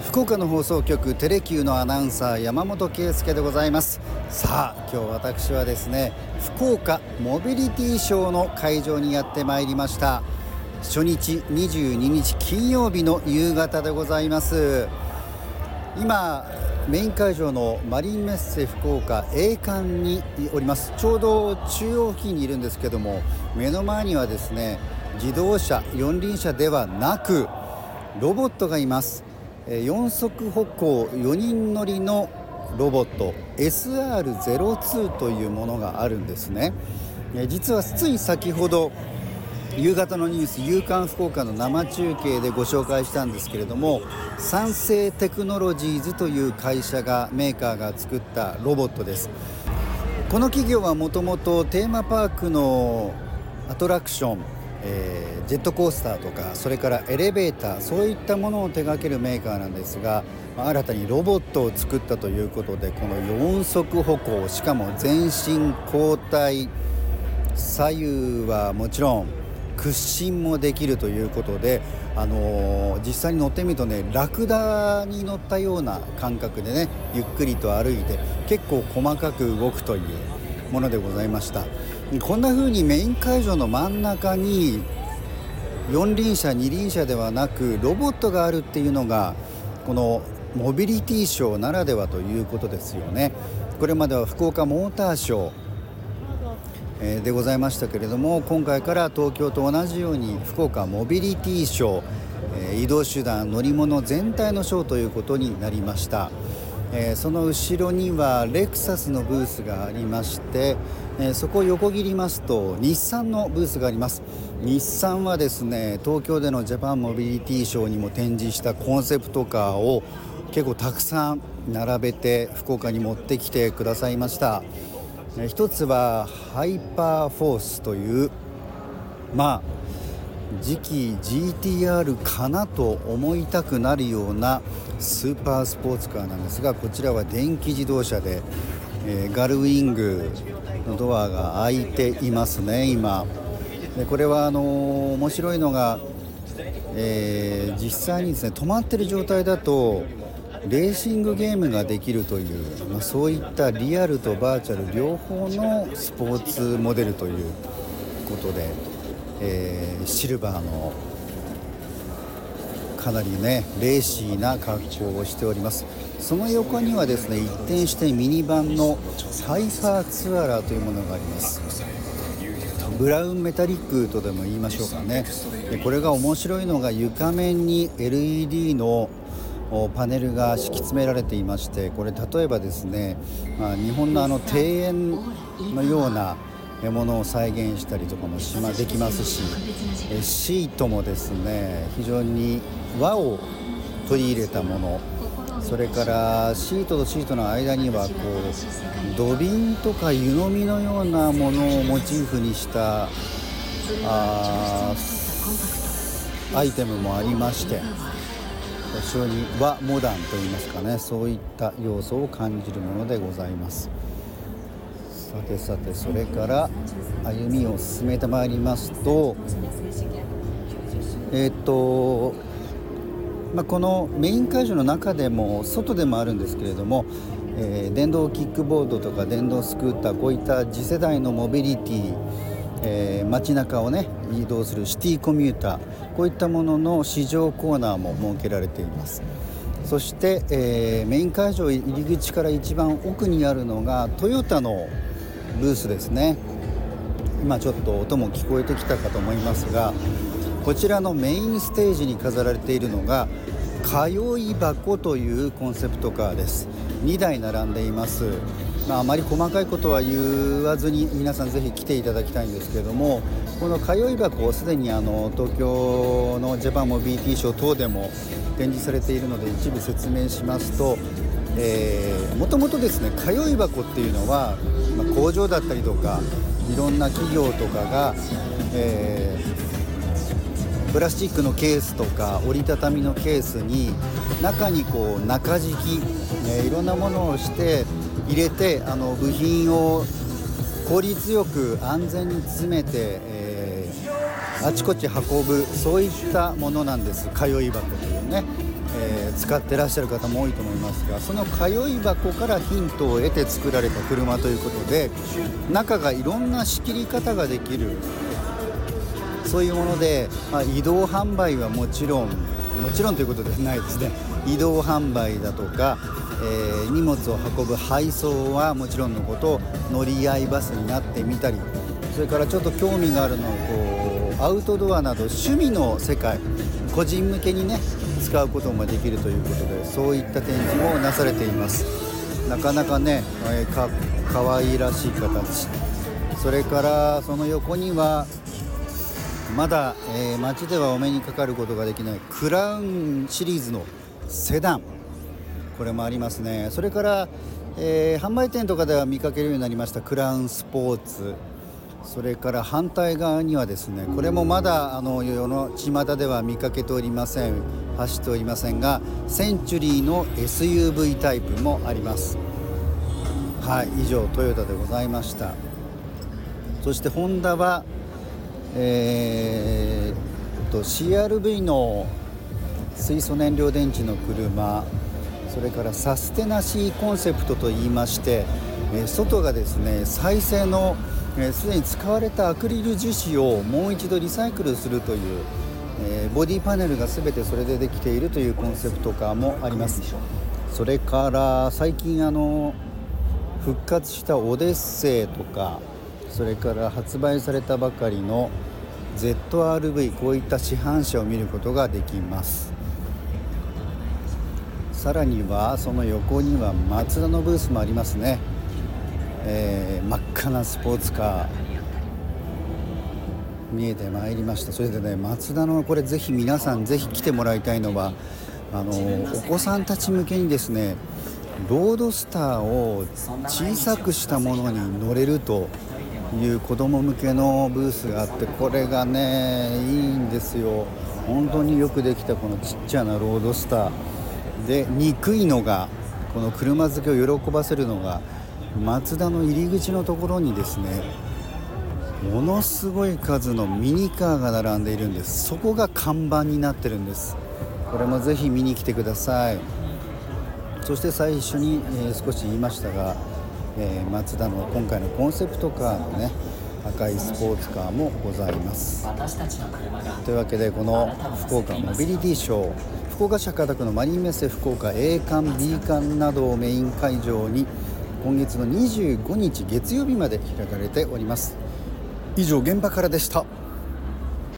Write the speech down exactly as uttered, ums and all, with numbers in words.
福岡の放送局テレキューのアナウンサー山本圭介でございます。さあ今日私はですね、福岡モビリティショーの会場にやってまいりました。初日にじゅうににち金曜日の夕方でございます。今メイン会場のマリンメッセ福岡 A 館におります。ちょうど中央付近にいるんですけども、目の前にはですね、自動車四輪車ではなくロボットがいます。よん足歩行よにん乗りのロボット エスアールゼロツー というものがあるんですね。実はつい先ほど夕方のニュース夕刊福岡の生中継でご紹介したんですけれども、三成テクノロジーズという会社がメーカーが作ったロボットです。この企業はもともとテーマパークのアトラクション、えー、ジェットコースターとか、それからエレベーター、そういったものを手掛けるメーカーなんですが、新たにロボットを作ったということで、このよん足歩行、しかも全身交代、左右はもちろん屈伸もできるということで、あのー、実際に乗ってみるとね、ラクダに乗ったような感覚でね、ゆっくりと歩いて結構細かく動くというものでございました。こんな風にメイン会場の真ん中に四輪車二輪車ではなくロボットがあるっていうのがこのモビリティショーならではということですよね。これまでは福岡モーターショーでございましたけれども、今回から東京と同じように福岡モビリティショー、移動手段乗り物全体のショーということになりました。その後ろにはレクサスのブースがありまして、そこを横切りますと日産のブースがあります。日産はですね、東京でのジャパンモビリティショーにも展示したコンセプトカーを結構たくさん並べて福岡に持ってきてくださいました。一つはハイパーフォースというまあ次期 ジーティーアール かなと思いたくなるようなスーパースポーツカーなんですが、こちらは電気自動車で、えー、ガルウィングのドアが開いていますね。今でこれはあのー、面白いのが、えー、実際にですね止まってる状態だとレーシングゲームができるという、まあ、そういったリアルとバーチャル両方のスポーツモデルということで、えー、シルバーのかなりねレーシーな格好をしております。その横にはですね一転してミニバンのハイパーツアラーというものがあります。ブラウンメタリックとでも言いましょうかね。でこれが面白いのが床面に エルイーディー のパネルが敷き詰められていまして、これ例えばですね、まあ、日本のあの庭園のようなものを再現したりとかもしまできますし、シートもですね非常に和を取り入れたもの、それからシートとシートの間にはこう土瓶とか湯飲みのようなものをモチーフにしたあアイテムもありまして、非常に和モダンといいますかね、そういった要素を感じるものでございます。さてさて、それから歩みを進めてまいりますと、えー、っとまあ、このメイン会場の中でも外でもあるんですけれども、えー、電動キックボードとか電動スクーター、こういった次世代のモビリティ、えー、街中をね移動するシティコミューター、こういったものの試乗コーナーも設けられています。そして、えー、メイン会場入り口から一番奥にあるのがトヨタのブースですね。今ちょっと音も聞こえてきたかと思いますが、こちらのメインステージに飾られているのが通い箱というコンセプトカーです。にだい並んでいます。まあ、あまり細かいことは言わずに皆さんぜひ来ていただきたいんですけれども、この通い箱をすでにあの東京のジャパンモビリティショー等でも展示されているので一部説明しますと、えー、もともとですね通い箱っていうのは、まあ、工場だったりとかいろんな企業とかが、えー、プラスチックのケースとか折りたたみのケースに中にこう中敷き、えー、いろんなものをして入れてあの部品を効率よく安全に詰めて、えー、あちこち運ぶ、そういったものなんです。通い箱というね。 えー、使ってらっしゃる方も多いと思いますが、その通い箱からヒントを得て作られた車ということで、中がいろんな仕切り方ができる、そういうもので、まあ、移動販売はもちろんもちろんということではないですね。移動販売だとか、えー、荷物を運ぶ配送はもちろんのこと、乗り合いバスになってみたり、それからちょっと興味があるのはこうアウトドアなど趣味の世界、個人向けにね使うこともできるということで、そういった展示もなされています。なかなかね、えー、か可愛らしい形。それからその横にはまだ、えー、街ではお目にかかることができないクラウンシリーズのセダン、これもありますね。それから、えー、販売店とかでは見かけるようになりましたクラウンスポーツ。それから反対側にはですね、これもまだあの世の巷では見かけておりません、走っておりませんが、センチュリーの エスユーブイ タイプもあります。はい、以上トヨタでございました。そしてホンダはえー、と シーアールブイ の水素燃料電池の車、それからサステナシーコンセプトといいまして、えー、外がですね再生のすで、えー、に使われたアクリル樹脂をもう一度リサイクルするという、えー、ボディパネルが全てそれでできているというコンセプトカーもあります。それから最近あの復活したオデッセイとか、それから発売されたばかりの ゼットアールブイ、 こういった市販車を見ることができます。さらにはその横にはマツダのブースもありますね。えー、真っ赤なスポーツカー見えてまいりました。それでね、マツダのこれぜひ皆さんぜひ来てもらいたいのは、あのお子さんたち向けにですね、ロードスターを小さくしたものに乗れるという子供向けのブースがあって、これがねいいんですよ。本当によくできたこのちっちゃなロードスターで、憎いのがこの車好きを喜ばせるのが、マツダの入り口のところにですね、ものすごい数のミニカーが並んでいるんです。そこが看板になってるんです。これもぜひ見に来てください。そして最初に、えー、少し言いましたが、えー、マツダの今回のコンセプトカーのね赤いスポーツカーもございます。というわけで、この福岡モビリティショー、福岡市博多区のマリンメッセ福岡 A 館 B 館などをメイン会場に今月のにじゅうごにち月曜日まで開かれております。以上、現場からでした。